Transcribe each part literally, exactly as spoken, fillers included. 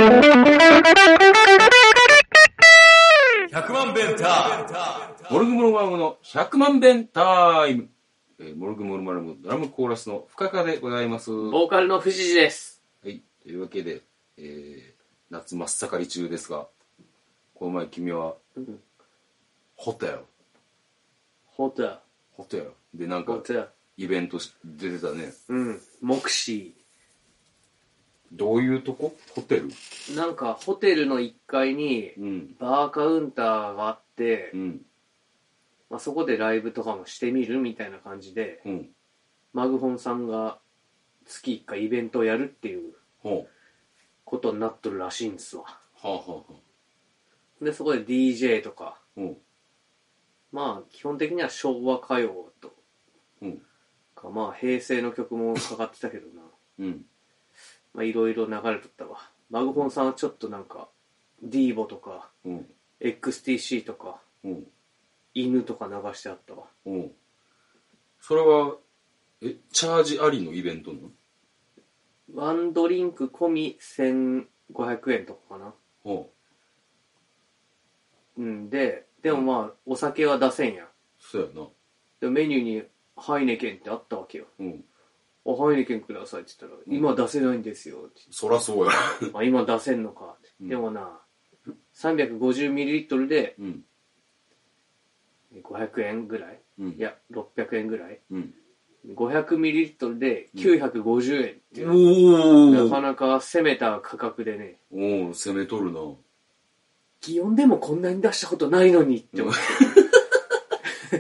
ひゃくまん弁タイム。モルグモルマルモのひゃくまん弁タイム。えー、モルグモルマルモドラムコーラスの深川でございます。 ボーカルの藤次です。 はい、というわけで、えー、夏真っ盛り中ですが、この前君は、うん、ホテル。 ホテル。 ホテル。で、なんか、イベント出てたね。 うん、モクシー。 どういうとこ？ホテル？ なんかホテルのいっかいにバーカウンターがあって、うん、まあ、そこでライブとかもしてみるみたいな感じで、うん、マグホンさんが月いっかいイベントをやるっていうことになっとるらしいんですわ。はあはあはあ、でそこで ディージェー とか、うん、まあ基本的には昭和歌謡と、うん、かまあ平成の曲もかかってたけどな。うんまあいろいろ流れとったわ。マグホンさんはちょっとなんかディーボとか、うん、エックスティーシー とか、うん、犬とか流してあったわ。うん。 それはえチャージありのイベントなの？ ワンドリンク込みせんごひゃくえんとかかな。うん。うんででもまあ、うん、お酒は出せんや。 そうやな。 でメニューにハイネケンってあったわけよ。うん。おハイネケンくださいって言ったら、うん、今出せないんですよって。 そらそうやあ今出せんのかって、うん、でもな さんびゃくごじゅうミリリットル で、うん、ごひゃくえんぐらい、うん、いやろっぴゃくえんぐらい、うん、ごひゃくミリリットル できゅうひゃくごじゅうえんっていう、うん、なかなか攻めた価格でね。 おお攻めとるな。 祇園でもこんなに出したことないのにって思って、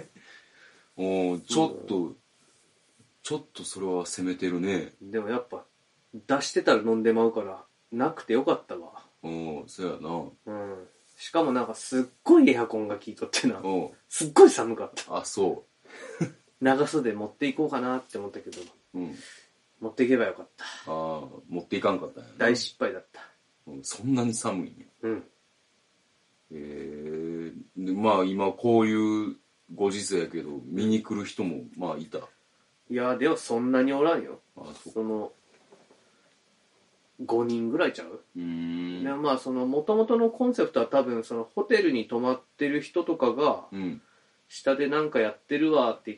うん、おちょっと、うんちょっとそれは攻めてるね。 でもやっぱ出してたら飲んでまうからなくてよかったわ。 うんそうやな。 うんしかもなんかすっごいエアコンが効いとってな。すっごい寒かった。 あそう長袖持っていこうかなって思ったけど、うん、持っていけばよかった。 ああ持っていかんかったんやな。 大失敗だった、 うん、そんなに寒いね。うんえー、でまあ今こういうご時世やけど見に来る人もまあいた。 いやでもそんなにおらんよ。ああそ, そのごにんぐらいちゃう。うーんでまあその元々のコンセプトは多分そのホテルに泊まってる人とかが、うん、下でなんかやってるわって言って、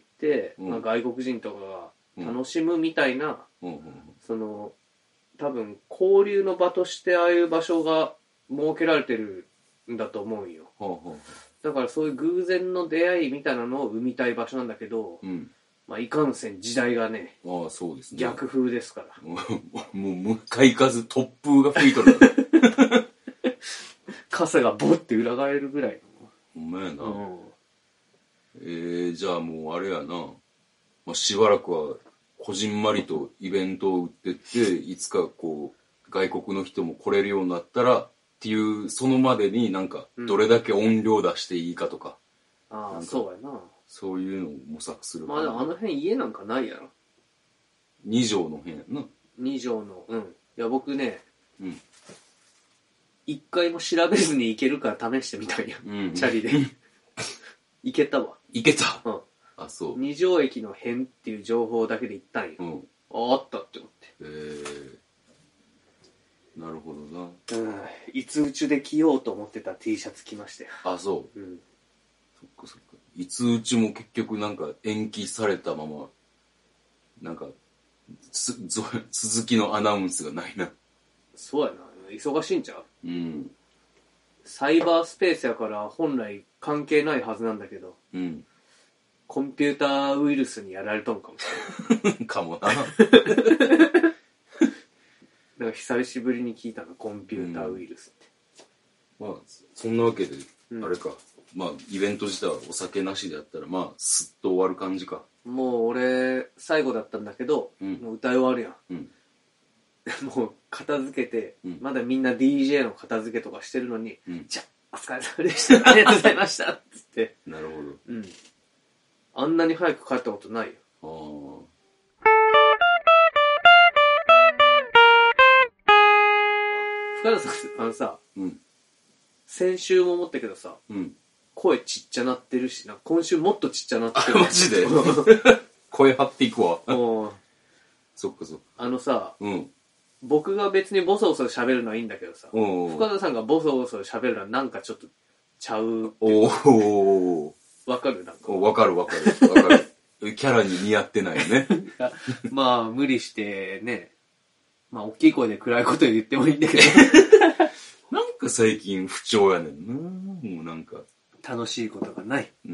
うんまあ、外国人とかが楽しむみたいな、うん、その多分交流の場としてああいう場所が設けられてるんだと思うんよ、うん、だからそういう偶然の出会いみたいなのを生みたい場所なんだけど、うんまあ、いかんせん時代がね、 ああそうですね逆風ですから。 もう向かい風突風が吹いとる。 傘がボッて裏返るぐらい。 ほんまやな。うん、えー、じゃあもうあれやな。まあ、しばらくはこじんまりとイベントを打ってって、いつかこう外国の人も来れるようになったらっていうそのまでになんかどれだけ音量出していいかとか。 うん、ああそうやな。 そういうのを模索するかな。まあでもあの辺家なんかないやろ。 に畳の部屋やな。 に畳のうんいや僕ねうん一回も調べずに行けるから試してみたんや、うんうん、チャリで行けたわ。 行けた。うんあそう二条駅の辺っていう情報だけで行ったんよ、うん、ああったって思ってへえなるほどな。 うんいつうちで着ようと思ってた T シャツ着ましたよ。 あそう、うん、そっかそっか。いつうちも結局なんか延期されたままなんかつ続きのアナウンスがないな。 そうやな忙しいんちゃう。うんサイバースペースやから本来関係ないはずなんだけど、うん、コンピューターウイルスにやられとんかもしれないかもな。 なんか久しぶりに聞いたのコンピューターウイルスって、 うん、まあそんなわけであれか、うんまあイベント自体はお酒なしでやったらまあスッと終わる感じか。 もう俺最後だったんだけど、うん、もう歌い終わるやん、うん、もう片付けて、うん、まだみんな ディージェー の片付けとかしてるのに、うん、じゃあお疲れ様でしたありがとうございましたっつってなるほど、うん、 あんなに早く帰ったことないよ。あ深田さんあのさ、うん、先週も思ったけどさ、うん声ちっちゃなってるしな。今週もっとちっちゃなってる。 マジで声張っていくわ。そっかそっか。 あのさ、うん、 僕が別にボソボソ喋るのはいいんだけどさ、深田さんがボソボソ喋るのはなんかちょっとちゃうっていうか。おー。わかるなんか。 わかるわかる。わかる。キャラに似合ってないよね。 まあ、無理してね、まあ、大きい声で暗いこと言ってもいいんだけど。 なんか最近不調やねんな。もうなんか。 楽しいことがない。 うん。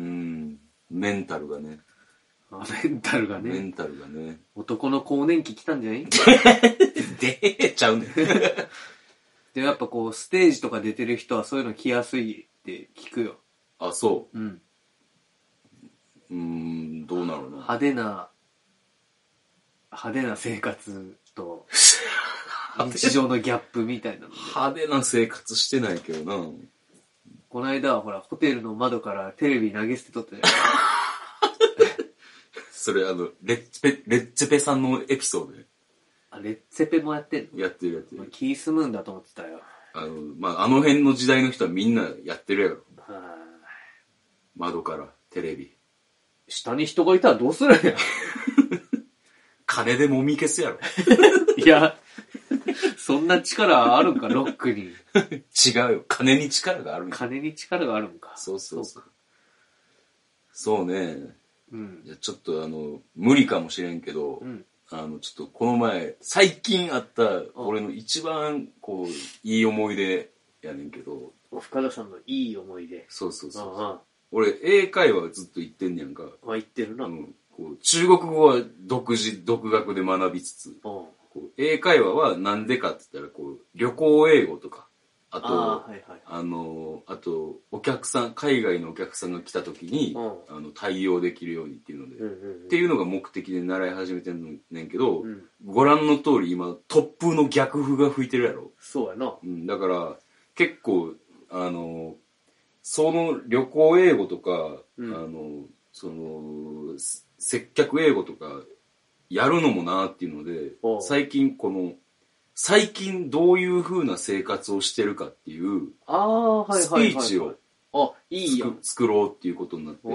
メンタルがね。 あ、メンタルがね。 メンタルがね。 男の更年期来たんじゃないでちゃうねん。 で、やっぱこう、ステージとか出てる人はそういうの来やすいって聞くよ。 あ、そう。うん。 うーん、どうなるの？ 派手な、派手な生活と、日常のギャップみたいなので。 派手な生活してないけどな。 この間はほら、ホテルの窓からテレビ投げ捨てとったじゃん。 それあの、レッツペ、レッツェペさんのエピソードで。 あ、レッツェペもやってんの？ やってるやってる。 気済むんだと思ってたよ。 あの、まあ、あの辺の時代の人はみんなやってるやろ。は窓からテレビ。 下に人がいたらどうするんや。 金でもみ消すやろ。 いや、そんな力あるんか、ロックに。 違うよ。金に力があるんか。 金に力があるんか。 そうそうそう。そうね。 うん。 じゃちょっとあの、無理かもしれんけど、うん、あの、ちょっとこの前、最近あった俺の一番こう、いい思い出やねんけど。 深田さんのいい思い出。 そうそうそう。ああ俺、英会話ずっと言ってんねやんか。 あ、言ってるな。 うん。こう中国語は独自、独学で学びつつ、こう英会話はなんでかって言ったら、こう、旅行英語とか、あと、あ、はいはい、あの、あと、お客さん、海外のお客さんが来た時に、あの対応できるようにっていうので、うんうんうん、っていうのが目的で習い始めてんねんけど、うん、ご覧の通り今、突風の逆風が吹いてるやろ。 そうやな。 うん、だから、結構、あの、その旅行英語とか、うん、あの、その、接客英語とか、やるのもなっていうので、最近この、最近どういう風な生活をしてるかっていう、スピーチを作ろうっていうことになって、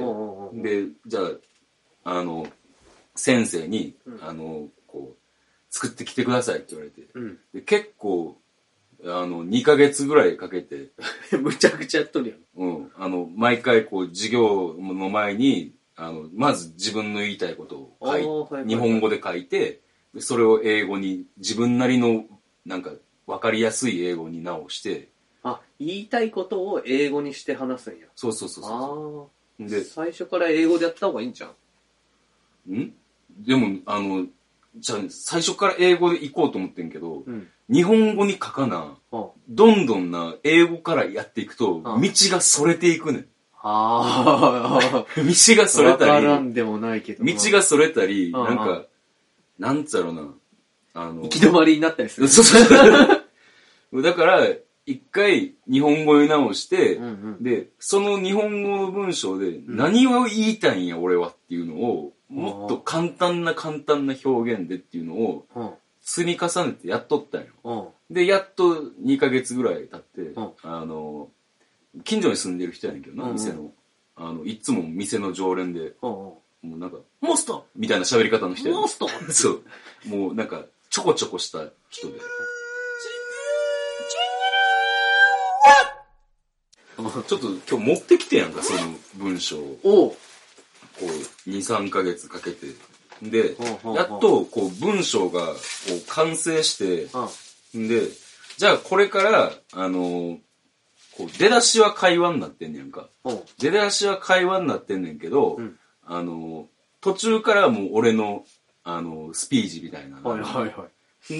で、じゃあ、あの、先生に、うん、あの、こう、作ってきてくださいって言われて、うん、で結構、あの、にかげつぐらいかけて。 むちゃくちゃやっとるやん。 うん。あの、毎回こう、授業の前に、あの、まず自分の言いたいことを書い、はいはいはい、日本語で書いて、でそれを英語に、自分なりの、なんか、わかりやすい英語に直して。 あ、言いたいことを英語にして話すんや。 そうそうそうそう。あで、最初から英語でやった方がいいんじゃん。 んでも、あの、じゃあ、最初から英語で行こうと思ってんけど、うん、日本語に書かな、どんどんな、英語からやっていくと、道がそれていくねん。ああ。道がそれたり、 わからんでもないけど。 道がそれたり、なんか、なんつうろうな、 あの、行き止まりになったりする。 そうそう。だから、一回日本語に直して、うんうん、で、その日本語の文章で、何を言いたいんや、俺はっていうのを、もっと簡単な簡単な表現でっていうのを、積み重ねてやっとったんよ。で、やっとにかげつぐらい経って、あの、近所に住んでる人やねんけどな、うんうん、店の。あの、いつも店の常連で、うんうん、もうなんか、モストみたいな喋り方の人やねん。 モストそう。もうなんか、ちょこちょこした人で。ちょっと今日持ってきてやんか、その文章を。こう、に、さんかげつかけて。で、やっと、こう、文章が、こう、完成して、で、じゃあこれから、あの、こう、出だしは会話になってんねやんか。出だしは会話になってんねんけど、うん、あの、途中からもう俺の、あの、スピーチみたいな。はいはいはい。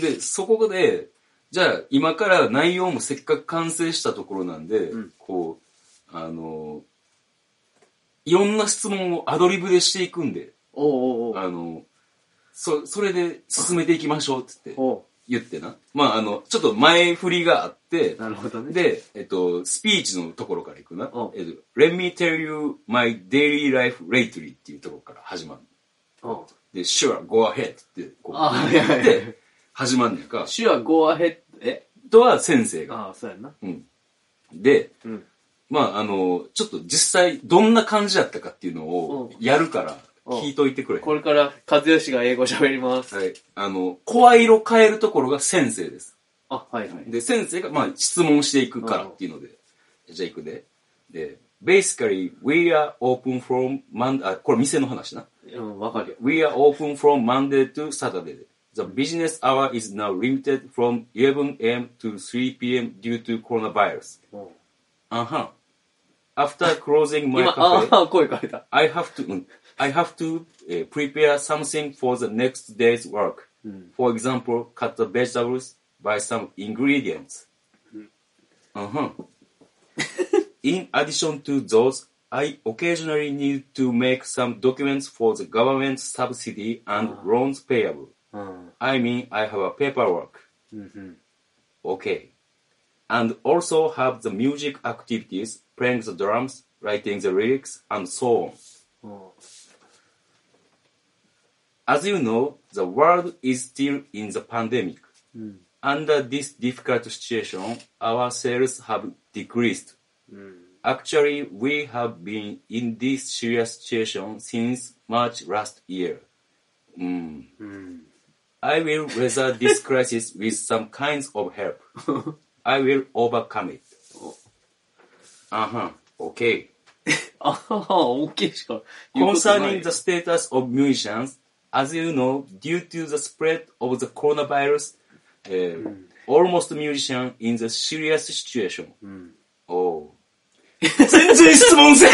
で、そこで、じゃあ今から内容もせっかく完成したところなんで、うん、こう、あの、いろんな質問をアドリブでしていくんで、おうおうおうあの、そ、それで進めていきましょうって言って、言ってな。まあ、あの、ちょっと前振りがあって、 なるほどね。 で、えっと、スピーチのところからいくな。えっと、Let me tell you my daily life lately っていうところから始まる。で、Sure, go ahead って、こう、言って、始まんねんか。 Sure, go ahead えとは先生が。 ああ、そうやな。 うん。で、うん、まあ、あの、ちょっと実際どんな感じだったかっていうのをやるから、 聞いといてくれ。 これから、和義が英語喋ります。 はい。あの、声色変えるところが先生です。 あ、はいはい。 で、先生が、まあ、質問していくからっていうので。じゃあ行くで。で、basically, we are open from Monday, あ、これ店の話な。 うん、わかるよ。 We are open from Monday to Saturday. The business hour is now limited from eleven a.m. to three p.m. due to coronavirus. Uh-huh. After closing my 今、 cafe, ああ、声変えた。 I have to, I have to、uh, prepare something for the next day's work. For example, cut the vegetables, buy some ingredients. Uh-huh. In addition to those, I occasionally need to make some documents for the government subsidy and loans payable. I mean, I have a paperwork. Okay. And also have the music activities, playing the drums, writing the lyrics, and so on. As you know, the world is still in the pandemic. Under this difficult situation, our sales have decreased. Actually, we have been in this serious situation since March last year. Mm. Mm. I will weather this crisis with some kinds of help. I will overcome it. Uh-huh. Okay. Uh-huh. Okay しか。 Concerning the status of musicians, as you know, due to the spread of the coronavirus, uh, mm. almost musicians in the serious situation. Mm. Oh. 全然質問せん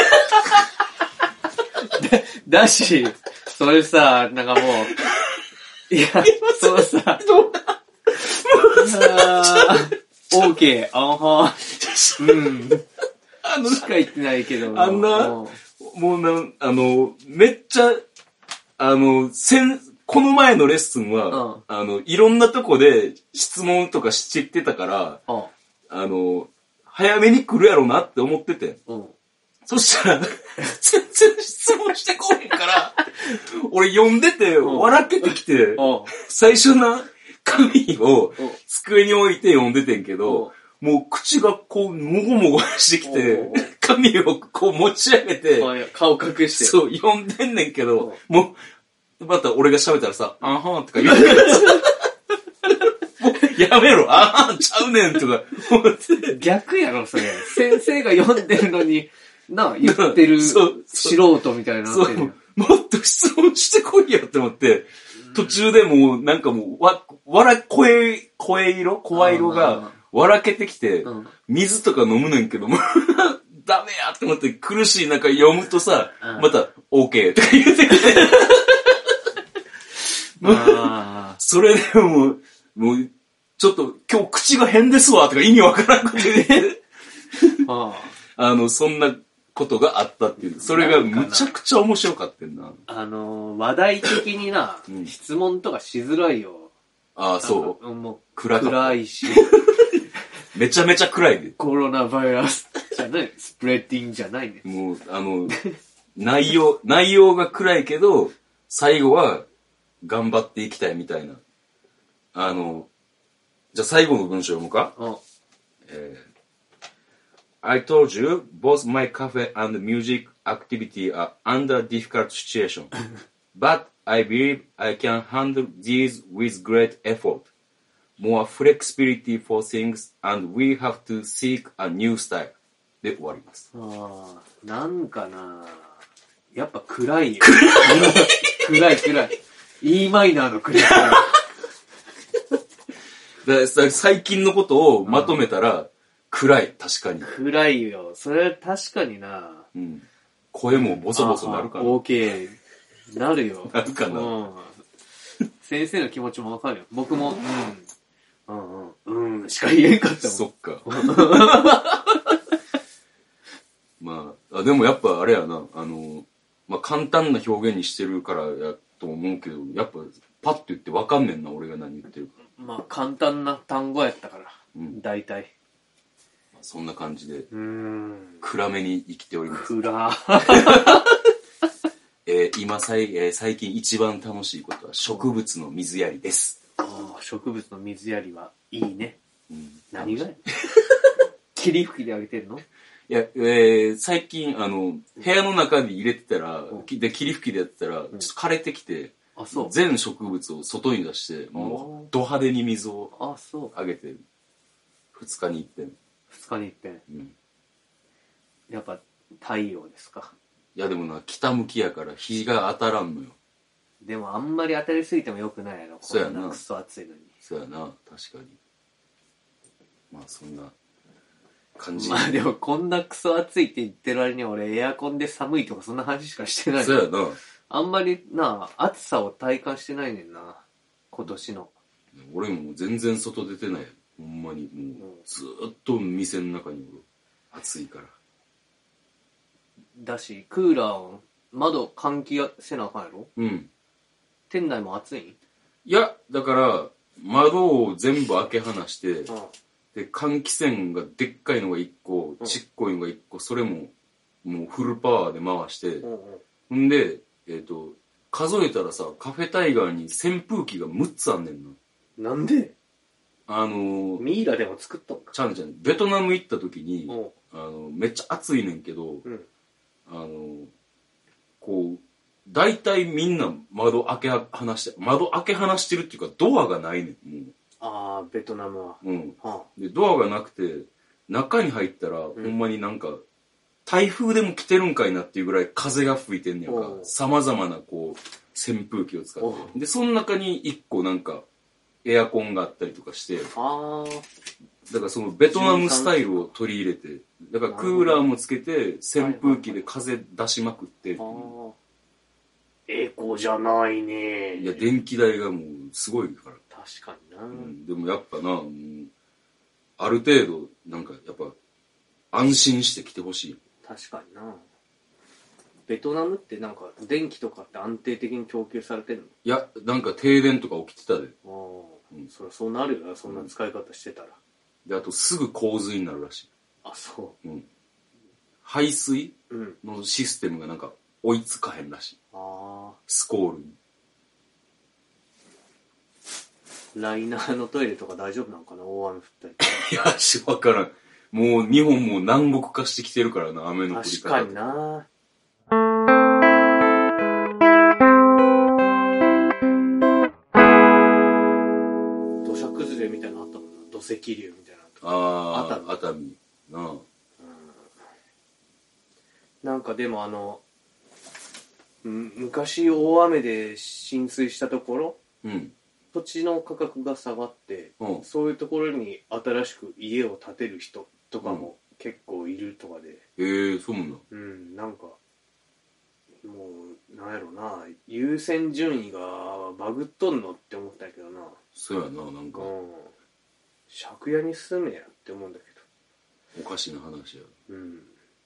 だ, だし、それさ、なんかもう、いや、そのさ、オーケー、あんは、うん。あの、しか言ってないけど。 あんな、もうな、あの、めっちゃ、あの、せん、この前のレッスンは、うん、あの、いろんなとこで質問とかしてきてたから、うん、あの、早めに来るやろなって思ってて。うん、そしたら、全然質問してこへんから、俺読んでて、笑けてきて、うん、最初な紙を机に置いて読んでてんけど、うん、もう口がこう、もごもごしてきて、紙をこう持ち上げて、 顔隠して。 そう、読んでんねんけど、もう、また俺が喋ったらさ、あんはんとか言うからさ、やめろ、あはんちゃうねんとか思って。 逆やろ、それ。先生が読んでるのに、な、言ってる素人みたいなってる。 もっと質問してこいよって思って、途中でもうなんかもう、わ、わら、声、声色声色が笑けてきて、水とか飲むねんけども、ダメやって思って苦しい中読むとさ、また OK とか言ってきて。それでもう、もう、ちょっと今日口が変ですわとか意味わからんこと言って、あの、そんなことがあったっていう。それがむちゃくちゃ面白かったんな。 あの、話題的にな、うん、質問とかしづらいよ。 ああ、そう。 もう暗暗いし。 めちゃめちゃ暗いで。 コロナバイラスじゃない、スプレッディングじゃないね。 もう、あの、内容、内容が暗いけど、最後は頑張っていきたいみたいな。あの、じゃあ最後の文章読むか、うんえー、I told you, both my cafe and music activity are under difficult situation. But I believe I can handle these with great effort. More flexibility for things and we have to seek a new style. で終わります。 ああ、なんかなやっぱ暗いよ。暗い暗い。E マイナーの暗い。 で最近のことをまとめたら、うん、暗い、確かに。 暗いよ。それ確かにな、 うん、声もボソボソなるかな。 OK。なるよ。 なるかな、 うん。先生の気持ちもわかるよ。僕も、うん。うんうん。うん。しか言えんかったもん。 そっか。まあ、あ、でもやっぱあれやな、あの、まあ簡単な表現にしてるからやと思うけど、やっぱパッと言ってわかんねんな、俺が何言ってるか。 まあ簡単な単語やったから、うん、大体。 そんな感じで、うーん暗めに生きております。 暗えー、今さい、えー、最近一番楽しいことは植物の水やりです。 ああ、植物の水やりはいいね。うん、何が霧吹きであげてるの？ いや、えー、最近、あの、部屋の中に入れてたら、うん、で、霧吹きでやってたら、ちょっと枯れてきて、 うん、あ、そう。 全植物を外に出して、もう、ド派手に水をあげてる。二日に一遍。 二日に一遍。うん。やっぱ、太陽ですか。 いや、でもな、北向きやから日が当たらんのよ。 でも、あんまり当たりすぎてもよくないやろ。 そうやな。 こんなクソ暑いのに。 そうやな、確かに。まあ、そんな。感じ。 まあでもこんなクソ暑いって言ってる割には俺エアコンで寒いとかそんな話しかしてない。 そうやな。 あんまりな、暑さを体感してないねんな。今年の。 俺も全然外出てない。ほんまに。もうずーっと店の中におる。暑いから。 だし、クーラーを窓換気せなあかんやろ？うん。店内も暑いん？ いや、だから、窓を全部開け放して、うん、で、換気扇がでっかいのがいっこ、ちっこいのがいっこ、それも、もうフルパワーで回して、うんうん、んで、えっ、ー、と、数えたらさ、カフェタイガーに扇風機がむっつあんねんな。なんで？ あのー、 ミイラでも作ったんか？ ちゃんちゃん、ベトナム行った時に、あの、めっちゃ暑いねんけど、うん、あのー、こう、大体みんな窓開け放して、窓開け放してるっていうか、ドアがないねん、もう。 ああ、ベトナムは。うん。 はあ、で、ドアがなくて、中に入ったら、うん、ほんまになんか、台風でも来てるんかいなっていうぐらい風が吹いてんねやんか。様々なこう、扇風機を使って。で、その中に一個なんか、エアコンがあったりとかして、あだからそのベトナムスタイルを取り入れて、だからクーラーもつけて、扇風機で風出しまくって、 エコじゃないね。 いや、電気代がもうすごいから。 確かにな、うん、でもやっぱな、もうある程度、なんかやっぱ、安心して来てほしい。 確かにな。ベトナムってなんか電気とかって安定的に供給されてんの？ いや、なんか停電とか起きてたで。ああ、うん、そりゃそうなるよな、そんな使い方してたら。 で、あとすぐ洪水になるらしい。 あ、そう。うん。 排水のシステムがなんか追いつかへんらしい。ああ。スコールに。 ライナーのトイレとか大丈夫なのかな、大雨降ったり。 いや、しわからん。もう日本も南国化してきてるからな、雨の降り方。 確かにな。土砂崩れみたいなのあったもんな、土石流みたいな。 ああ、熱海なあ、うん。 なんかでもあの、昔大雨で浸水したところ、うん、土地の価格が下がって、うん、そういうところに新しく家を建てる人とかも結構いるとかで。へ、 えー、そうなんだ。 うん、なんか、もう、なんやろな、優先順位がバグっとんのって思ったけどな。 そうやな、なんか。うん。 借家に住めやって思うんだけど。おかしな話や。うん。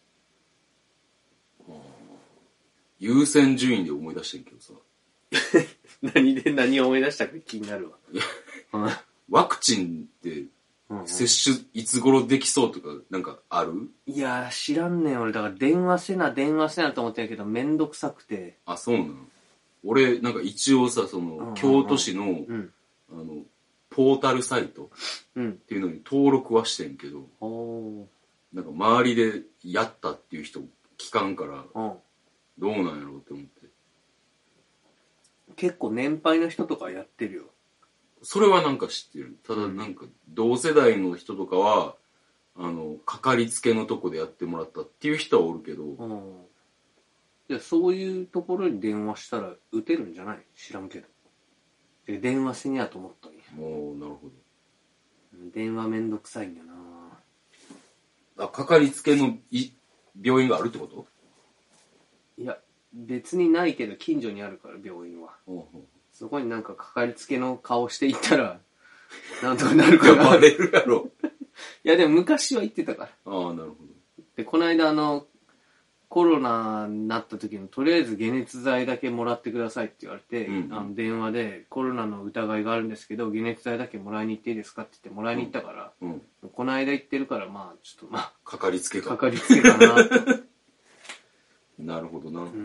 はあ、優先順位で思い出してんけどさ。 何で何を思い出したか気になるわ。ワクチンって接種いつ頃できそうとかなんかある？ いやー知らんねん俺。だから電話せな電話せなと思ってんけどめんどくさくて。 あ、そうなの？俺なんか一応さ、その京都市の、うん、あのポータルサイトっていうのに登録はしてんけど、うん、なんか周りでやったっていう人聞かんから、うん、どうなんやろうって思って。 結構年配の人とかやってるよ。 それはなんか知ってる。ただなんか同世代の人とかは、あのかかりつけのとこでやってもらったっていう人はおるけど、うん、 いやそういうところに電話したら打てるんじゃない？知らんけど。で電話せにゃと思ったんや。 もうなるほど。 電話めんどくさいんだなあ。かかりつけのい病院があるってこと？ いや別にないけど近所にあるから病院は。ほうほう、そこになんかかかりつけの顔していったらなんとかなるかな。 バレるやろ。 いやでも昔は行ってたから。 ああなるほど。 でこの間あのコロナになった時のとりあえず解熱剤だけもらってくださいって言われて、うんうん、あの電話でコロナの疑いがあるんですけど解熱剤だけもらいに行っていいですかって言ってもらいに行ったから、うんうん、この間行ってるからまあちょっとまあかかりつけかかかりつけかなと。 なるほどな。うん。うん、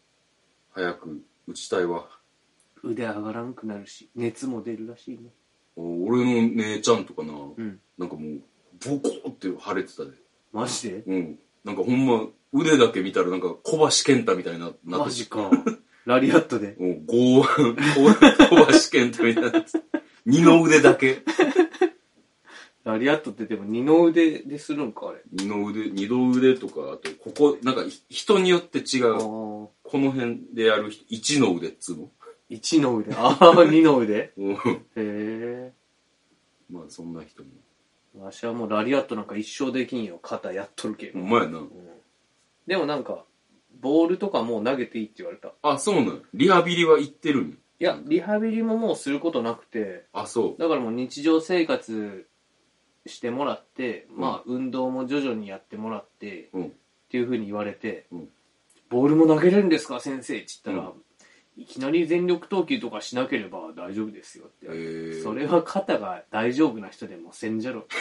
早く打ちたいわ。 腕上がらんくなるし熱も出るらしいね。 俺の姉ちゃんとかな、 うん、 なんかもうボコって腫れてたで。 マジで？ うん。なんかほんま腕だけ見たらなんか小橋健太みたいななって。 マジか。ラリアットで。 うん、剛腕、小橋健太みたいな。二の腕だけ。 ラリアットってでも二の腕でするんかあれ。 二の腕、二の腕とか、あとここ、なんか人によって違う。この辺でやる人、一の腕っつうの？ 一の腕。ああ、二の腕。 うん。へえ。 まあそんな人も。 わしはもうラリアットなんか一生できんよ。肩やっとるけど。 ほんまやな、うん。 でもなんか、ボールとかもう投げていいって言われた。 あ、そうなの？リハビリは行ってるん？ いや、リハビリももうすることなくて。 あ、そう。 だからもう日常生活してもらって、うん、まあ運動も徐々にやってもらって、うん、っていうふうに言われて、うん、ボールも投げれるんですか先生って言ったら、うん、いきなり全力投球とかしなければ大丈夫ですよって言われて、えー、それは肩が大丈夫な人でもせんじゃろ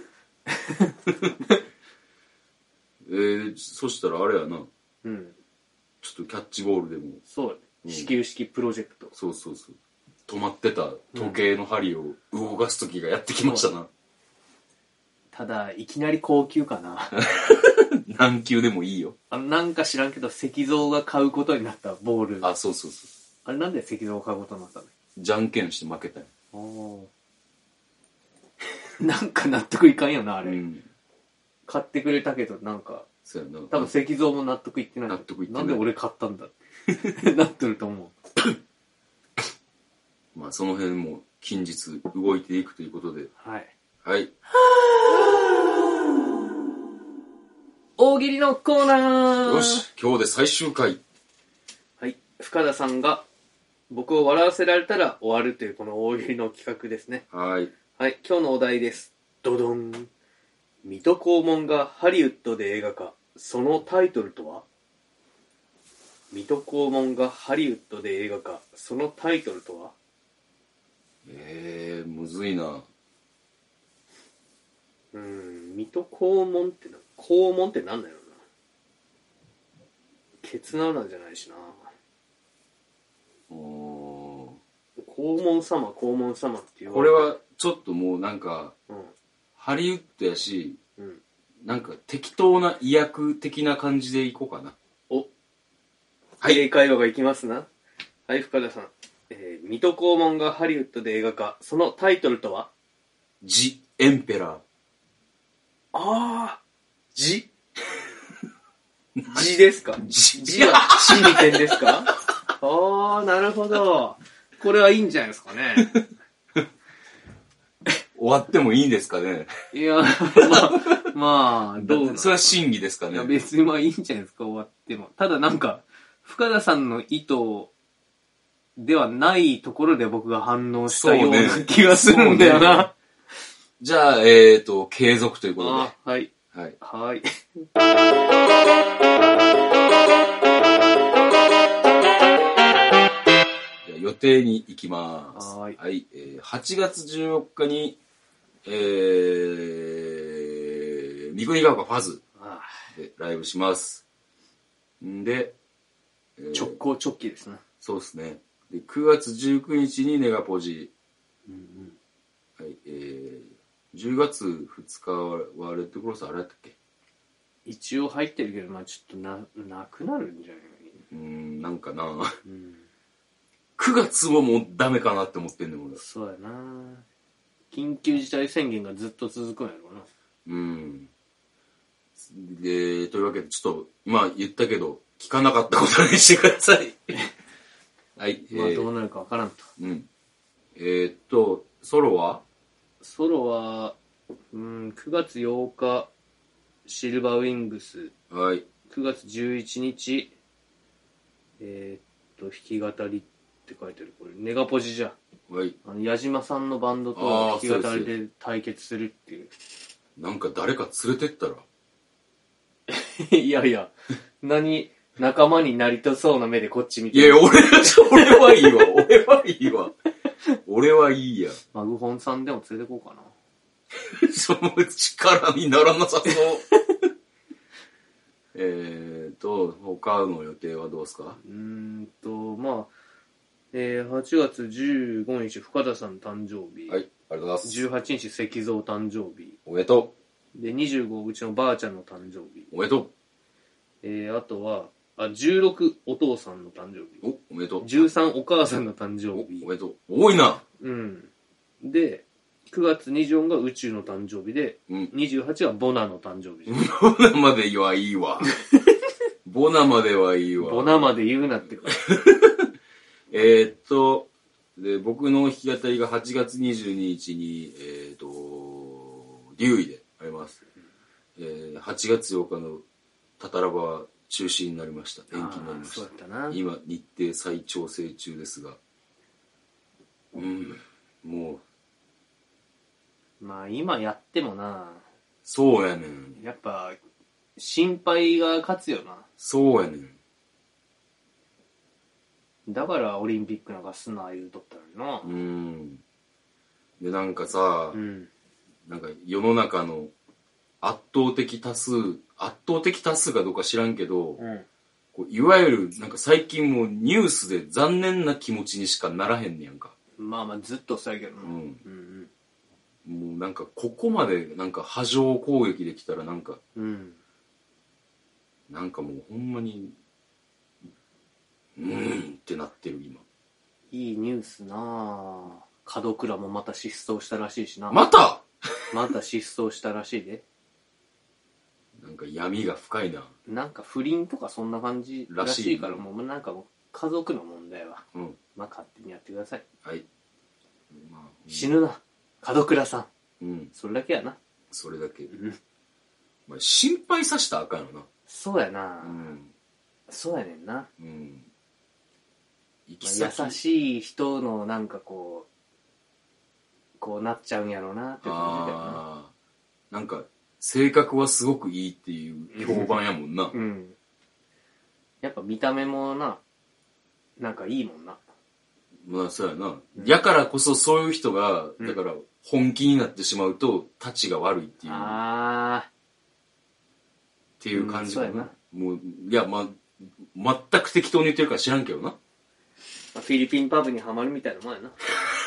えー、そしたらあれやな、 うん、 ちょっとキャッチボールでもそう、うん、始球式プロジェクト、 そうそうそう、止まってた時計の針を動かす時がやってきましたな、うん、 ただいきなり高級かな何級でもいいよ。 あのなんか知らんけど石像が買うことになったボール。 あ、そうそうそう。 あれなんで石像を買うことになったの？ じゃんけんして負けたよ。 おなんか納得いかんよなあれ、うん、買ってくれたけどなんかそうやな、 多分石像も納得いってない。 納得いってない。 なんで俺買ったんだってなってると思うまあその辺も近日動いていくということで、 はいはい大喜利のコーナー。 よし、今日で最終回。 はい、深田さんが僕を笑わせられたら終わるというこの大喜利の企画ですね。 はい。 はい、今日のお題です。ドドン。水戸黄門がハリウッドで映画化。そのタイトルとは？水戸黄門がハリウッドで映画化。そのタイトルとは？ えー、むずいな。 うーん、水戸黄門ってな、黄門ってなんだろうな。ケツナなんじゃないしな。 お黄門様、黄門様って言われて。 これはちょっともうなんか、うん、ハリウッドやし、 うん、 なんか適当な意訳的な感じでいこうかな。 お、はい、英会話がいきますな。はい、深田さん。えー、水戸黄門がハリウッドで映画化。そのタイトルとは？ ジ・エンペラー。 あー、ジジですか？ ジジは地に点ですか？あー、なるほど。これはいいんじゃないですかね。 終わってもいいんですかね。 いや、まあ、まあ、どうそれは真偽ですかね。 いや、別にまあいいんじゃないですか、終わっても。ただなんか、深田さんの意図ではないところで僕が反応したような気がするんだよな。ね、 じゃあ、えーと、継続ということで。 あ、はい。 はい。 はい。 予定に行きます。 はい。 はい、えー。はちがつじゅうよっかに、えー、三国ヶ丘ファズでライブします。んで、 えー、直行直帰ですね。 そうですね。で、くがつじゅうくにちにネガポジ。 うんうん、 はい、えー、じゅうがつふつかはレッドクロスあれやったっけ？ 一応入ってるけど、まあちょっとな、なくなるんじゃない？ うーん、なんかな。 うん、 くがつももうダメかなって思ってんねん、俺。 そうやな。緊急事態宣言がずっと続くんやろうな。 うん。で、というわけで、ちょっと、今言ったけど、聞かなかったことにしてください。はい。 まあ、どうなるかわからんと。 うん。えー、っと、ソロはソロは、うん、くがつようか、シルバーウィングス。 はい。 くがつじゅういちにち、えー、っと、弾き語りって書いてる。これ、ネガポジじゃ。 はい。 あの、矢島さんのバンドと弾き語りで対決するっていう。 なんか誰か連れてったらいやいや、何、仲間になりたそうな目でこっち見てる。いやいや、俺、俺はいいわ。俺はいいわ。俺はいいや。 マグホンさんでも連れてこうかな。 その力にならなさそう。えーと、他の予定はどうですか？ うーんと、まあ、えー、はちがつじゅうごにち、深田さん誕生日。 はい、ありがとうりがとうございます。 じゅうはちにち石像誕生日。 おめでとう。で、にじゅうごうちのばあちゃんの誕生日。 おめでとう。 えー、あとは、あ、じゅうろくお父さんの誕生日。 お、おめでとう。 じゅうさんお母さんの誕生日。 お、おめでとう。多いな。 うん。で、くがつにじゅうよんが宇宙の誕生日で、うん、にじゅうはちはボナの誕生日。 ボナまではいいわ。ボナまではいいわ。 ボナまで言うなってか。 えっと、で、僕の弾き語りがはちがつにじゅうににちに、えっ、ー、と、竜医であります。えー、はちがつようかのタタラバは中止になりました。延期になりました。 そうだったな。 今、日程再調整中ですが。うん、もう。まあ、今やってもな。 そうやねん。 やっぱ、心配が勝つよな。 そうやねん。 だからオリンピックなんかすな言うとったのにな。 うん。で、なんかさ、 うん、 なんか世の中の圧倒的多数、圧倒的多数かどうか知らんけど、うん、こういわゆるなんか最近もうニュースで残念な気持ちにしかならへんねやんか。 まあまあずっとそうやけどな。うん。 うんうん、もうなんかここまでなんか波状攻撃できたらなんか、うん、なんかもうほんまに、うーんってなってる今。 いいニュースなぁ。門倉もまた失踪したらしいしな。 またまた失踪したらしいで。 なんか闇が深いな。 なんか不倫とかそんな感じらしいから、もうなんかもう家族の問題は、うん、まあ勝手にやってください。 はい。 まあ、死ぬな、門倉さん。うん。それだけやな。 それだけ。うん。まあ、心配させたらあかんよな。 そうやな。うん。そうやねんな。うん。まあ、優しい人のなんかこう、こうなっちゃうんやろうなって感じだよな。 なんか、性格はすごくいいっていう評判やもんな。うん。 やっぱ見た目もな、なんかいいもんな。 まあそうやな。うん、やからこそそういう人が、だから本気になってしまうと、たちが悪いっていう。ああ。っていう感じかな。うん、そうやな。もう、いや、まあ、全く適当に言ってるから知らんけどな。 フィリピンパブにはまるみたいなもんやな。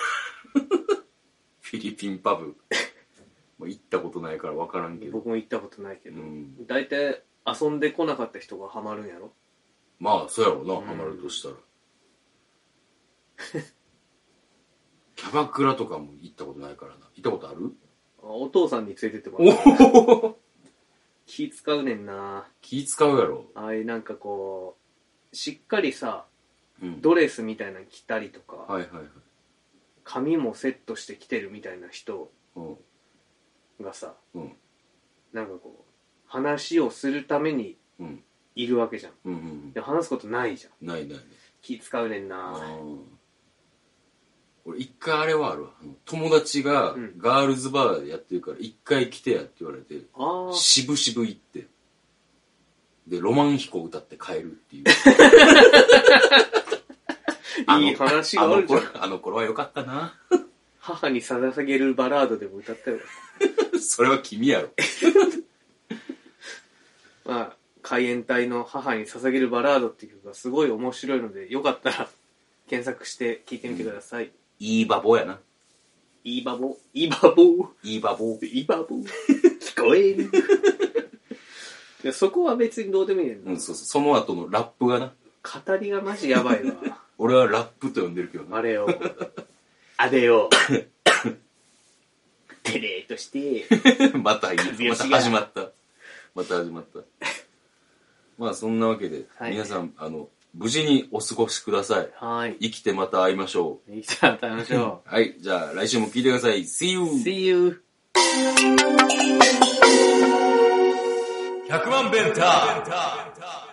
フィリピンパブ行ったことないから分からんけど。 僕も行ったことないけど、うん、大体遊んでこなかった人がハマるんやろ。 まあそうやろうな、うん、ハマるとしたら。キャバクラとかも行ったことないからな。行ったことある？ あ、お父さんに連れてってもらった。気使うねんな。 気使うやろ。 ああいうなんかこうしっかりさ、うん、ドレスみたいなの着たりとか、はいはいはい、髪もセットして着てるみたいな人がさ、うん、なんかこう話をするためにいるわけじゃん、うんうんうん、で話すことないじゃん。 ないないない。 気使うねんな。 俺一回あれはあるわ。友達がガールズバーでやってるから一回来てやって言われて、うん、しぶしぶ行ってでロマン飛行歌って帰るっていういい話があるじゃん。あの頃、あの頃は良かったな。 母に捧げるバラードでも歌ったよ。 それは君やろ。 まあ海援隊の母に捧げるバラードっていう曲がすごい面白いので、よかったら検索して聴いてみてください。うん、 いいバボやな。 いいバボ、いいバボ、 いいバボ、 いいバボ、聞こえる。いやそこは別にどうでもいいねんな。 うん、そうそう。その後のラップがな。 語りがマジやばいわ。 俺はラップと呼んでるけどな。 あれよ。あれよ。てれーとして。 またいい。また始まった。また始まった。まあそんなわけで、はい、皆さん、あの、無事にお過ごしください。はい。生きてまた会いましょう。生きてまた会いましょう。はい。じゃあ来週も聞いてください。See you! See you! ひゃくまんベンター